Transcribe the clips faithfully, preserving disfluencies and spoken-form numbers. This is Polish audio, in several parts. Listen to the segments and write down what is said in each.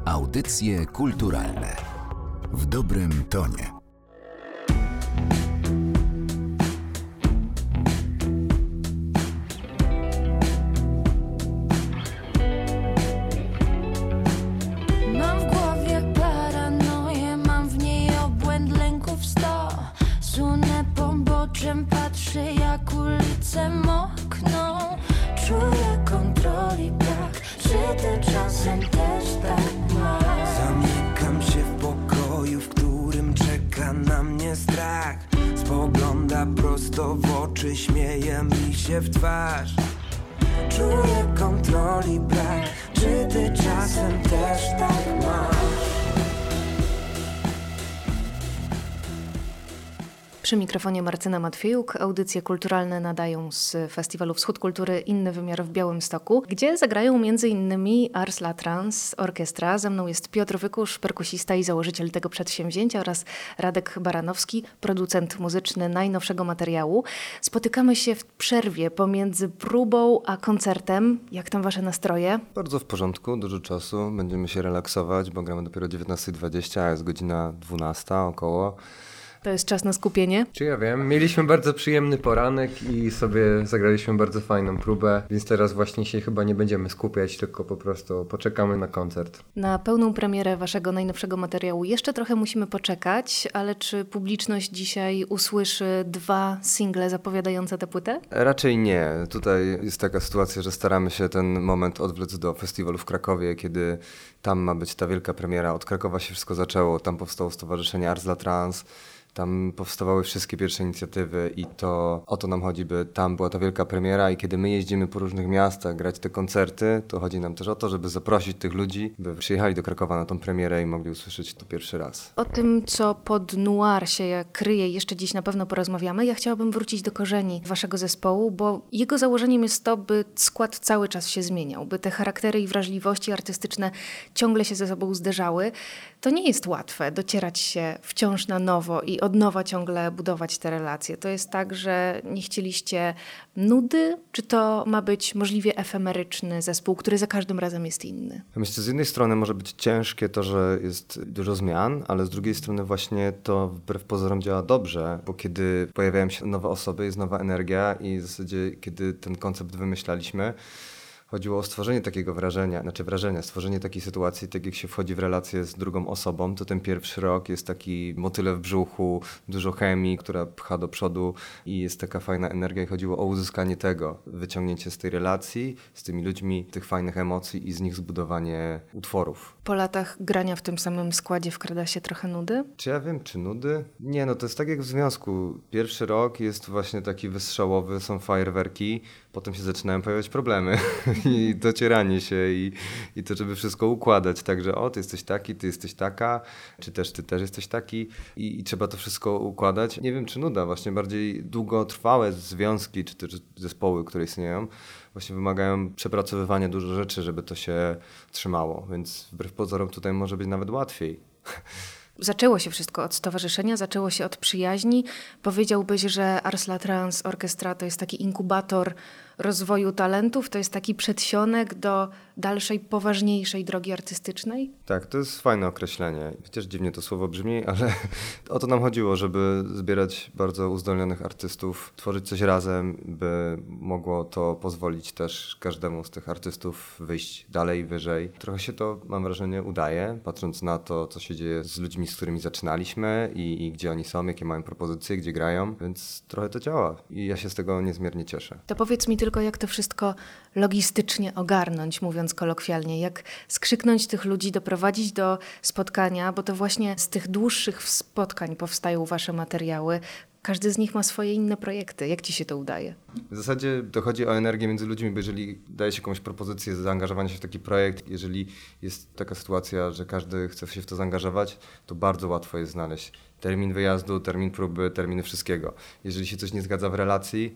Audycje kulturalne w dobrym tonie. Mam w głowie paranoję, mam w niej obłęd lęków sto. Sunę poboczem, patrzę jak ulice mokną. Czuję kontroli brak, czy ty czasem też tak masz? Zamykam się w pokoju, w którym czeka na mnie strach. Spogląda prosto w oczy, śmieje mi się w twarz. Czuję kontroli brak, czy ty czasem też tak masz? Przy mikrofonie Martyna Matwiejuk. Audycje kulturalne nadają z Festiwalu Wschód Kultury Inny Wymiar w Białymstoku, gdzie zagrają między innymi Ars La Trans Orkiestra. Ze mną jest Piotr Wykusz, perkusista i założyciel tego przedsięwzięcia, oraz Radek Baranowski, producent muzyczny najnowszego materiału. Spotykamy się w przerwie pomiędzy próbą a koncertem. Jak tam wasze nastroje? Bardzo w porządku, dużo czasu. Będziemy się relaksować, bo gramy dopiero dziewiętnasta dwadzieścia, a jest godzina dwunasta około. To jest czas na skupienie. Czy ja wiem, mieliśmy bardzo przyjemny poranek i sobie zagraliśmy bardzo fajną próbę, więc teraz właśnie się chyba nie będziemy skupiać, tylko po prostu poczekamy na koncert. Na pełną premierę waszego najnowszego materiału jeszcze trochę musimy poczekać, ale czy publiczność dzisiaj usłyszy dwa single zapowiadające tę płytę? Raczej nie. Tutaj jest taka sytuacja, że staramy się ten moment odwlec do festiwalu w Krakowie, kiedy tam ma być ta wielka premiera. Od Krakowa się wszystko zaczęło, tam powstało stowarzyszenie Ars La Trans. Tam powstawały wszystkie pierwsze inicjatywy i to o to nam chodzi, by tam była ta wielka premiera i kiedy my jeździmy po różnych miastach grać te koncerty, to chodzi nam też o to, żeby zaprosić tych ludzi, by przyjechali do Krakowa na tą premierę i mogli usłyszeć to pierwszy raz. O tym, co pod Noir się kryje, jeszcze dziś na pewno porozmawiamy. Ja chciałabym wrócić do korzeni waszego zespołu, bo jego założeniem jest to, by skład cały czas się zmieniał, by te charaktery i wrażliwości artystyczne ciągle się ze sobą zderzały. To nie jest łatwe docierać się wciąż na nowo i od nowa ciągle budować te relacje. To jest tak, że nie chcieliście nudy, czy to ma być możliwie efemeryczny zespół, który za każdym razem jest inny? Myślę, że z jednej strony może być ciężkie to, że jest dużo zmian, ale z drugiej strony właśnie to wbrew pozorom działa dobrze, bo kiedy pojawiają się nowe osoby, jest nowa energia i w zasadzie kiedy ten koncept wymyślaliśmy, chodziło o stworzenie takiego wrażenia, znaczy wrażenia, stworzenie takiej sytuacji, tak jak się wchodzi w relację z drugą osobą, to ten pierwszy rok jest taki motyle w brzuchu, dużo chemii, która pcha do przodu i jest taka fajna energia i chodziło o uzyskanie tego, wyciągnięcie z tej relacji, z tymi ludźmi, tych fajnych emocji i z nich zbudowanie utworów. Po latach grania w tym samym składzie wkrada się trochę nudy? Czy ja wiem, czy nudy? Nie, no to jest tak jak w związku. Pierwszy rok jest właśnie taki wystrzałowy, są fajerwerki, potem się zaczynają pojawiać problemy i docieranie się i, i to, żeby wszystko układać. Także o, ty jesteś taki, ty jesteś taka, czy też ty też jesteś taki i, i trzeba to wszystko układać. Nie wiem, czy nuda, właśnie bardziej długotrwałe związki, czy też zespoły, które istnieją, właśnie wymagają przepracowywania dużo rzeczy, żeby to się trzymało, więc wbrew pozorom tutaj może być nawet łatwiej. Zaczęło się wszystko od stowarzyszenia, zaczęło się od przyjaźni. Powiedziałbyś, że Ars La Trans Orkiestra to jest taki inkubator rozwoju talentów, to jest taki przedsionek do dalszej, poważniejszej drogi artystycznej? Tak, to jest fajne określenie. Chociaż dziwnie to słowo brzmi, ale o to nam chodziło, żeby zbierać bardzo uzdolnionych artystów, tworzyć coś razem, by mogło to pozwolić też każdemu z tych artystów wyjść dalej, wyżej. Trochę się to, mam wrażenie, udaje, patrząc na to, co się dzieje z ludźmi, z którymi zaczynaliśmy i, i gdzie oni są, jakie mają propozycje, gdzie grają, więc trochę to działa i ja się z tego niezmiernie cieszę. To powiedz mi tylko, jak to wszystko logistycznie ogarnąć, mówiąc kolokwialnie, jak skrzyknąć tych ludzi, doprowadzić do spotkania, bo to właśnie z tych dłuższych spotkań powstają wasze materiały. Każdy z nich ma swoje inne projekty. Jak ci się to udaje? W zasadzie to chodzi o energię między ludźmi, bo jeżeli daje się komuś propozycję zaangażowania się w taki projekt, jeżeli jest taka sytuacja, że każdy chce się w to zaangażować, to bardzo łatwo jest znaleźć termin wyjazdu, termin próby, terminy wszystkiego. Jeżeli się coś nie zgadza w relacji,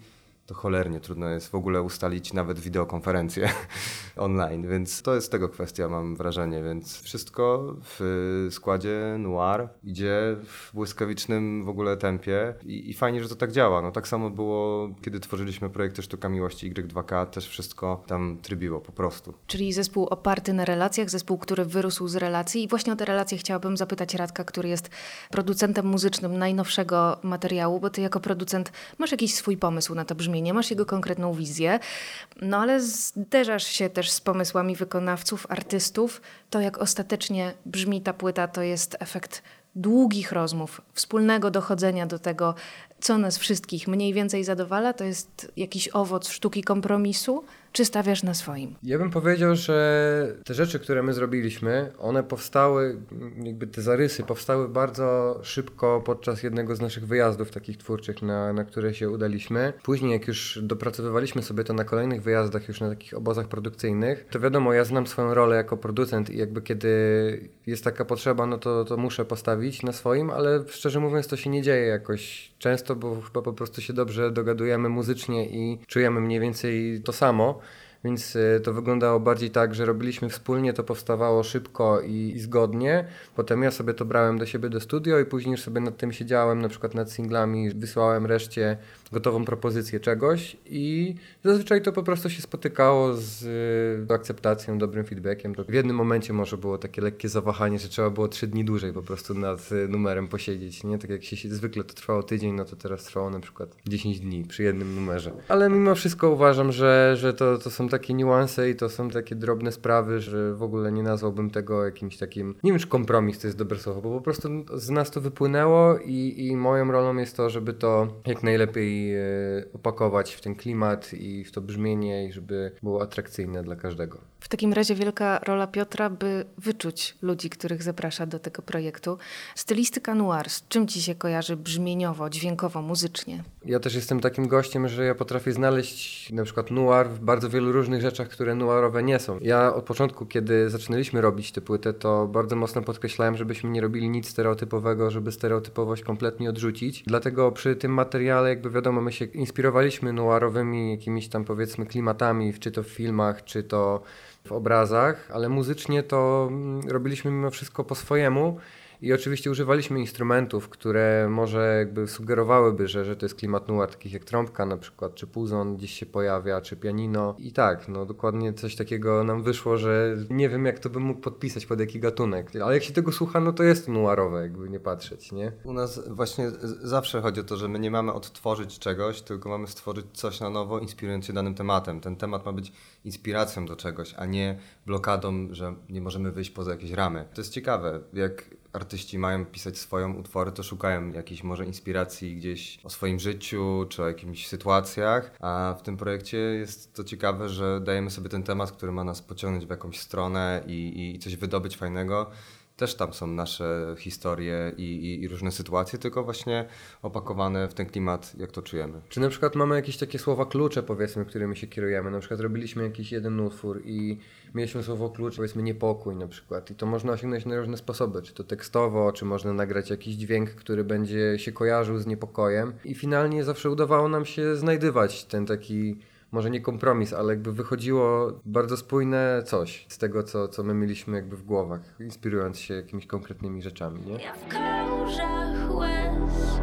to cholernie trudno jest w ogóle ustalić nawet wideokonferencję online, więc to jest tego kwestia, mam wrażenie, więc wszystko w składzie Noir idzie w błyskawicznym w ogóle tempie i, i fajnie, że to tak działa. No tak samo było, kiedy tworzyliśmy projekty Sztuka Miłości Y dwa K, też wszystko tam trybiło po prostu. Czyli zespół oparty na relacjach, zespół, który wyrósł z relacji i właśnie o te relacje chciałabym zapytać Radka, który jest producentem muzycznym najnowszego materiału, bo ty jako producent masz jakiś swój pomysł na to brzmienie, masz jego konkretną wizję, no ale zderzasz się też z pomysłami wykonawców, artystów. To, jak ostatecznie brzmi ta płyta, to jest efekt długich rozmów, wspólnego dochodzenia do tego, co nas wszystkich mniej więcej zadowala, to jest jakiś owoc sztuki kompromisu, czy stawiasz na swoim? Ja bym powiedział, że te rzeczy, które my zrobiliśmy, one powstały, jakby te zarysy powstały bardzo szybko podczas jednego z naszych wyjazdów takich twórczych, na, na które się udaliśmy. Później, jak już dopracowywaliśmy sobie to na kolejnych wyjazdach, już na takich obozach produkcyjnych, to wiadomo, ja znam swoją rolę jako producent i jakby kiedy jest taka potrzeba, no to, to muszę postawić na swoim, ale szczerze mówiąc to się nie dzieje jakoś często, bo chyba po prostu się dobrze dogadujemy muzycznie i czujemy mniej więcej to samo. Więc to wyglądało bardziej tak, że robiliśmy wspólnie, to powstawało szybko i, i zgodnie. Potem ja sobie to brałem do siebie do studio i później już sobie nad tym siedziałem, na przykład nad singlami, wysłałem reszcie gotową propozycję czegoś i zazwyczaj to po prostu się spotykało z y, akceptacją, dobrym feedbackiem. To w jednym momencie może było takie lekkie zawahanie, że trzeba było trzy dni dłużej po prostu nad y, numerem posiedzieć, nie? Tak jak się, się zwykle to trwało tydzień, no to teraz trwało na przykład dziesięć dni przy jednym numerze. Ale mimo wszystko uważam, że, że to, to są takie niuanse i to są takie drobne sprawy, że w ogóle nie nazwałbym tego jakimś takim, nie wiem czy kompromis to jest dobre słowo, bo po prostu z nas to wypłynęło i, i moją rolą jest to, żeby to jak najlepiej opakować w ten klimat i w to brzmienie i żeby było atrakcyjne dla każdego. W takim razie wielka rola Piotra, by wyczuć ludzi, których zaprasza do tego projektu. Stylistyka noir, z czym ci się kojarzy brzmieniowo, dźwiękowo, muzycznie? Ja też jestem takim gościem, że ja potrafię znaleźć na przykład noir w bardzo wielu różnych rzeczach, które noirowe nie są. Ja od początku, kiedy zaczynaliśmy robić tę płytę, to bardzo mocno podkreślałem, żebyśmy nie robili nic stereotypowego, żeby stereotypowość kompletnie odrzucić. Dlatego przy tym materiale jakby wiadomo, my się inspirowaliśmy noirowymi jakimiś tam powiedzmy klimatami, czy to w filmach, czy to w obrazach, ale muzycznie to robiliśmy mimo wszystko po swojemu i oczywiście używaliśmy instrumentów, które może jakby sugerowałyby, że, że to jest klimat noir, takich jak trąbka na przykład, czy puzon gdzieś się pojawia, czy pianino i tak, no dokładnie coś takiego nam wyszło, że nie wiem jak to bym mógł podpisać pod jaki gatunek, ale jak się tego słucha, no to jest to noirowe, jakby nie patrzeć, nie? U nas właśnie zawsze chodzi o to, że my nie mamy odtworzyć czegoś, tylko mamy stworzyć coś na nowo, inspirując się danym tematem. Ten temat ma być inspiracją do czegoś, a nie blokadą, że nie możemy wyjść poza jakieś ramy. To jest ciekawe, jak artyści mają pisać swoją utwory, to szukają jakiejś może inspiracji gdzieś o swoim życiu, czy o jakichś sytuacjach, a w tym projekcie jest to ciekawe, że dajemy sobie ten temat, który ma nas pociągnąć w jakąś stronę i, i coś wydobyć fajnego. Też tam są nasze historie i, i, i różne sytuacje, tylko właśnie opakowane w ten klimat, jak to czujemy. Czy na przykład mamy jakieś takie słowa klucze, powiedzmy, którymi się kierujemy? Na przykład robiliśmy jakiś jeden utwór i mieliśmy słowo klucz, powiedzmy niepokój na przykład i to można osiągnąć na różne sposoby, czy to tekstowo, czy można nagrać jakiś dźwięk, który będzie się kojarzył z niepokojem i finalnie zawsze udawało nam się znajdywać ten taki może nie kompromis, ale jakby wychodziło bardzo spójne coś z tego, co, co my mieliśmy jakby w głowach, inspirując się jakimiś konkretnymi rzeczami, nie? Ja w kałużach łez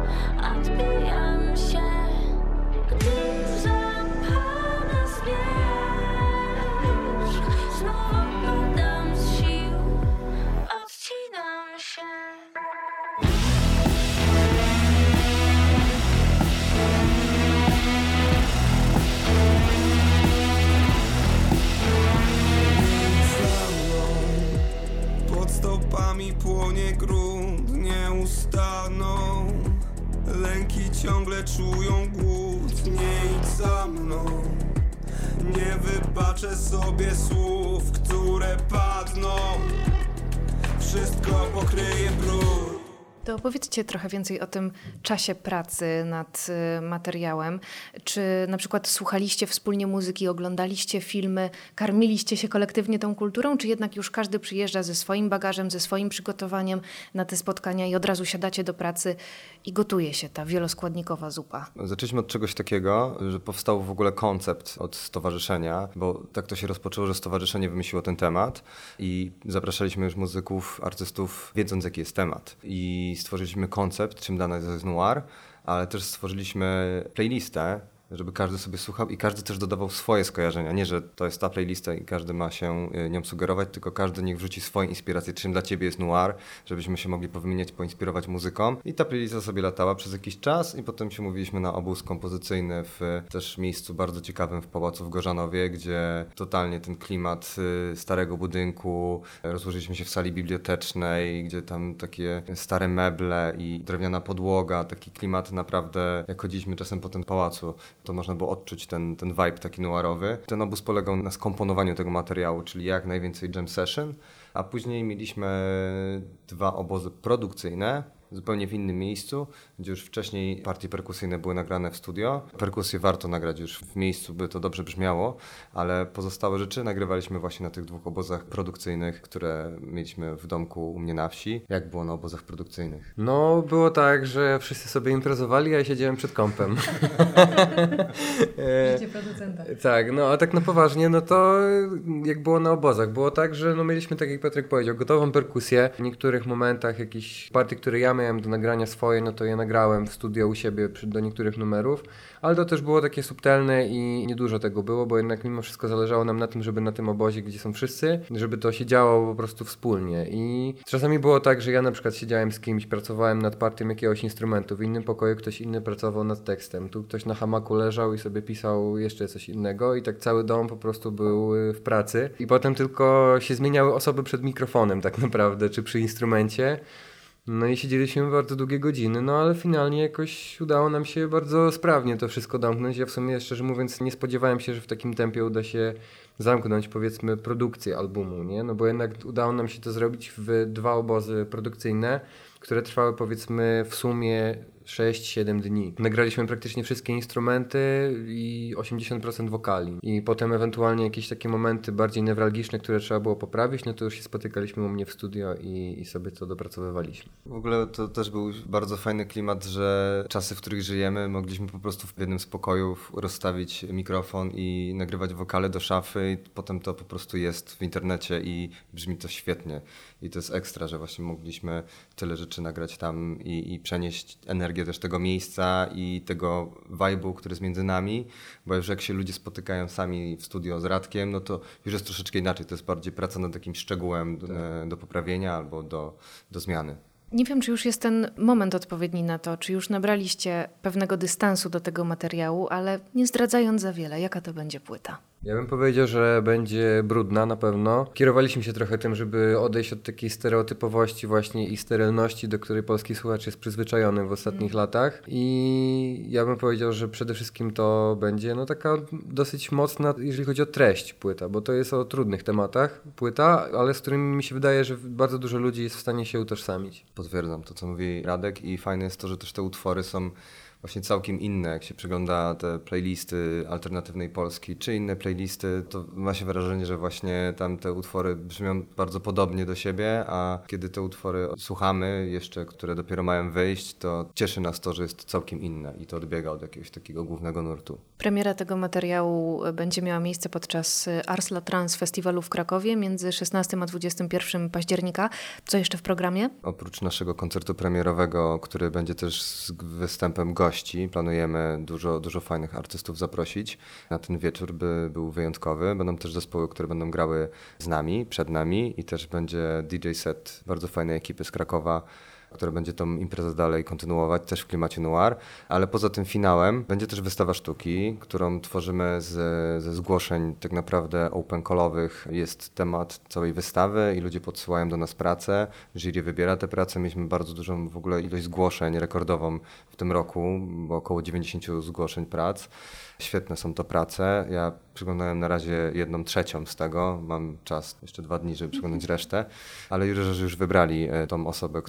odbijam się, gdy zapada zmierzch, znowu padam z sił, odcinam się. Stopami płonie grunt, nie ustaną. Lęki ciągle czują głód, nie idź za mną. Nie wybaczę sobie słów, które padną. Wszystko pokryje brud. To opowiedzcie trochę więcej o tym czasie pracy nad y, materiałem. Czy na przykład słuchaliście wspólnie muzyki, oglądaliście filmy, karmiliście się kolektywnie tą kulturą, czy jednak już każdy przyjeżdża ze swoim bagażem, ze swoim przygotowaniem na te spotkania i od razu siadacie do pracy i gotuje się ta wieloskładnikowa zupa? Zaczęliśmy od czegoś takiego, że powstał w ogóle koncept od stowarzyszenia, bo tak to się rozpoczęło, że stowarzyszenie wymyśliło ten temat i zapraszaliśmy już muzyków, artystów, wiedząc jaki jest temat. I stworzyliśmy koncept, czym dla nas jest noir, ale też stworzyliśmy playlistę, żeby każdy sobie słuchał i każdy też dodawał swoje skojarzenia. Nie, że to jest ta playlista i każdy ma się nią sugerować, tylko każdy niech wrzuci swoje inspiracje, czym dla ciebie jest noir, żebyśmy się mogli powymieniać, poinspirować muzyką. I ta playlista sobie latała przez jakiś czas i potem się mówiliśmy na obóz kompozycyjny w też miejscu bardzo ciekawym w Pałacu w Gorzanowie, gdzie totalnie ten klimat starego budynku, rozłożyliśmy się w sali bibliotecznej, gdzie tam takie stare meble i drewniana podłoga, taki klimat naprawdę, jak chodziliśmy czasem po tym pałacu, to można było odczuć ten, ten vibe taki noirowy. Ten obóz polegał na skomponowaniu tego materiału, czyli jak najwięcej jam session, a później mieliśmy dwa obozy produkcyjne, zupełnie w innym miejscu, gdzie już wcześniej partie perkusyjne były nagrane w studio. Perkusję warto nagrać już w miejscu, by to dobrze brzmiało, ale pozostałe rzeczy nagrywaliśmy właśnie na tych dwóch obozach produkcyjnych, które mieliśmy w domku u mnie na wsi. Jak było na obozach produkcyjnych? No, było tak, że wszyscy sobie imprezowali, a ja siedziałem przed kompem. Życie producenta. Tak, no a tak na poważnie, no to jak było na obozach, było tak, że no mieliśmy, tak jak Patryk powiedział, gotową perkusję. W niektórych momentach jakieś partie, które ja miałem do nagrania swoje, no to je nagrałem w studio u siebie przy, do niektórych numerów, ale to też było takie subtelne i niedużo tego było, bo jednak mimo wszystko zależało nam na tym, żeby na tym obozie, gdzie są wszyscy, żeby to się działo po prostu wspólnie. I czasami było tak, że ja na przykład siedziałem z kimś, pracowałem nad partią jakiegoś instrumentu, w innym pokoju ktoś inny pracował nad tekstem, tu ktoś na hamaku leżał i sobie pisał jeszcze coś innego i tak cały dom po prostu był w pracy i potem tylko się zmieniały osoby przed mikrofonem tak naprawdę, czy przy instrumencie. No i siedzieliśmy bardzo długie godziny, no ale finalnie jakoś udało nam się bardzo sprawnie to wszystko domknąć. Ja w sumie, szczerze mówiąc, nie spodziewałem się, że w takim tempie uda się zamknąć, powiedzmy, produkcję albumu, nie? No bo jednak udało nam się to zrobić w dwa obozy produkcyjne, które trwały, powiedzmy, w sumie sześć siedem dni. Nagraliśmy praktycznie wszystkie instrumenty i osiemdziesiąt procent wokali. I potem ewentualnie jakieś takie momenty bardziej newralgiczne, które trzeba było poprawić, no to już się spotykaliśmy u mnie w studio i, i sobie to dopracowywaliśmy. W ogóle to też był bardzo fajny klimat, że czasy, w których żyjemy, mogliśmy po prostu w jednym z pokojów rozstawić mikrofon i nagrywać wokale do szafy i potem to po prostu jest w internecie i brzmi to świetnie. I to jest ekstra, że właśnie mogliśmy tyle rzeczy nagrać tam i, i przenieść energię też tego miejsca i tego vibe'u, który jest między nami, bo już jak się ludzie spotykają sami w studio z Radkiem, no to już jest troszeczkę inaczej, to jest bardziej praca nad jakimś szczegółem do, do poprawienia albo do, do zmiany. Nie wiem, czy już jest ten moment odpowiedni na to, czy już nabraliście pewnego dystansu do tego materiału, ale nie zdradzając za wiele, jaka to będzie płyta? Ja bym powiedział, że będzie brudna na pewno. Kierowaliśmy się trochę tym, żeby odejść od takiej stereotypowości właśnie i sterylności, do której polski słuchacz jest przyzwyczajony w ostatnich mm. latach. I ja bym powiedział, że przede wszystkim to będzie no taka dosyć mocna, jeżeli chodzi o treść płyta, bo to jest o trudnych tematach płyta, ale z którymi mi się wydaje, że bardzo dużo ludzi jest w stanie się utożsamić. Potwierdzam to, co mówi Radek i fajne jest to, że też te utwory są właśnie całkiem inne. Jak się przegląda te playlisty alternatywnej Polski, czy inne playlisty, to ma się wrażenie, że właśnie tam te utwory brzmią bardzo podobnie do siebie, a kiedy te utwory słuchamy jeszcze, które dopiero mają wyjść, to cieszy nas to, że jest całkiem inne i to odbiega od jakiegoś takiego głównego nurtu. Premiera tego materiału będzie miała miejsce podczas Ars La Trans Festiwalu w Krakowie między szesnastego a dwudziestego pierwszego października. Co jeszcze w programie? Oprócz naszego koncertu premierowego, który będzie też z występem gości, planujemy dużo, dużo fajnych artystów zaprosić na ten wieczór, by był wyjątkowy. Będą też zespoły, które będą grały z nami, przed nami i też będzie D J set bardzo fajnej ekipy z Krakowa, która będzie tą imprezę dalej kontynuować, też w klimacie noir, ale poza tym finałem będzie też wystawa sztuki, którą tworzymy z, ze zgłoszeń tak naprawdę open callowych. Jest temat całej wystawy i ludzie podsyłają do nas pracę, jury wybiera te prace. Mieliśmy bardzo dużą w ogóle ilość zgłoszeń rekordową w tym roku, bo około dziewięćdziesiąt zgłoszeń prac. Świetne są to prace. Ja przyglądałem na razie jedną trzecią z tego. Mam czas, jeszcze dwa dni, żeby przyglądać resztę, ale jurorzy już wybrali tą osobę, która zdobyła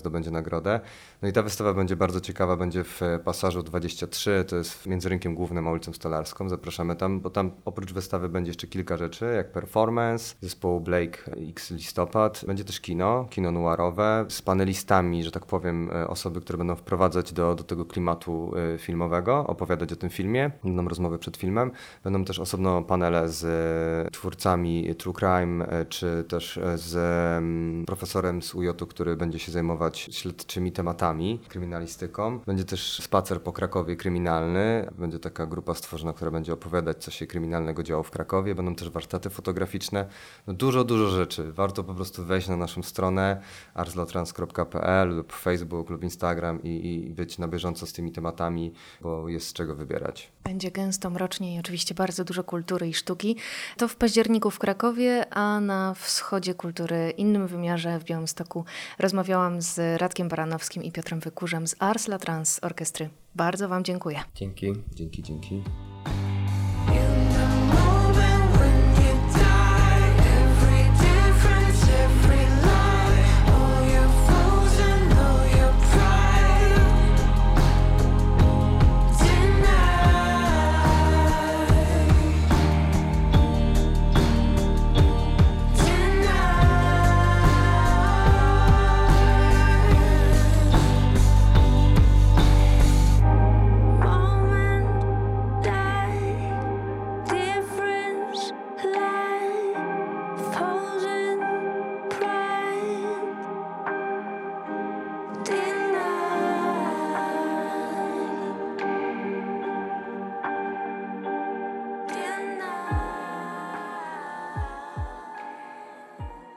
zdobędzie nagrodę. No i ta wystawa będzie bardzo ciekawa, będzie w Pasażu dwadzieścia trzy, to jest między Rynkiem Głównym a ulicą Stolarską. Zapraszamy tam, bo tam oprócz wystawy będzie jeszcze kilka rzeczy, jak performance zespołu Blake X Listopad. Będzie też kino, kino noirowe z panelistami, że tak powiem, osoby, które będą wprowadzać do, do tego klimatu filmowego, opowiadać o tym filmie. Będą rozmowy przed filmem. Będą też osobno panele z twórcami True Crime, czy też z profesorem z U J-u, który będzie się zajmować śledczymi tematami, kryminalistyką. Będzie też spacer po Krakowie kryminalny. Będzie taka grupa stworzona, która będzie opowiadać, co się kryminalnego działo w Krakowie. Będą też warsztaty fotograficzne. No dużo, dużo rzeczy. Warto po prostu wejść na naszą stronę arslotrans kropka p l lub Facebook lub Instagram i, i być na bieżąco z tymi tematami, bo jest z czego wybierać. Będzie gęsto, mrocznie i oczywiście bardzo dużo kultury i sztuki. To w październiku w Krakowie, a na Wschodzie Kultury, innym wymiarze w Białymstoku, rozmawiałam z Radkiem Baranowskim i Piotrem Wykurzem z Ars La Trans Orkiestry. Bardzo Wam dziękuję. Dzięki. Dzięki, dzięki.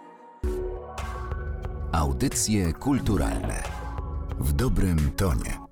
Audycje kulturalne w dobrym tonie.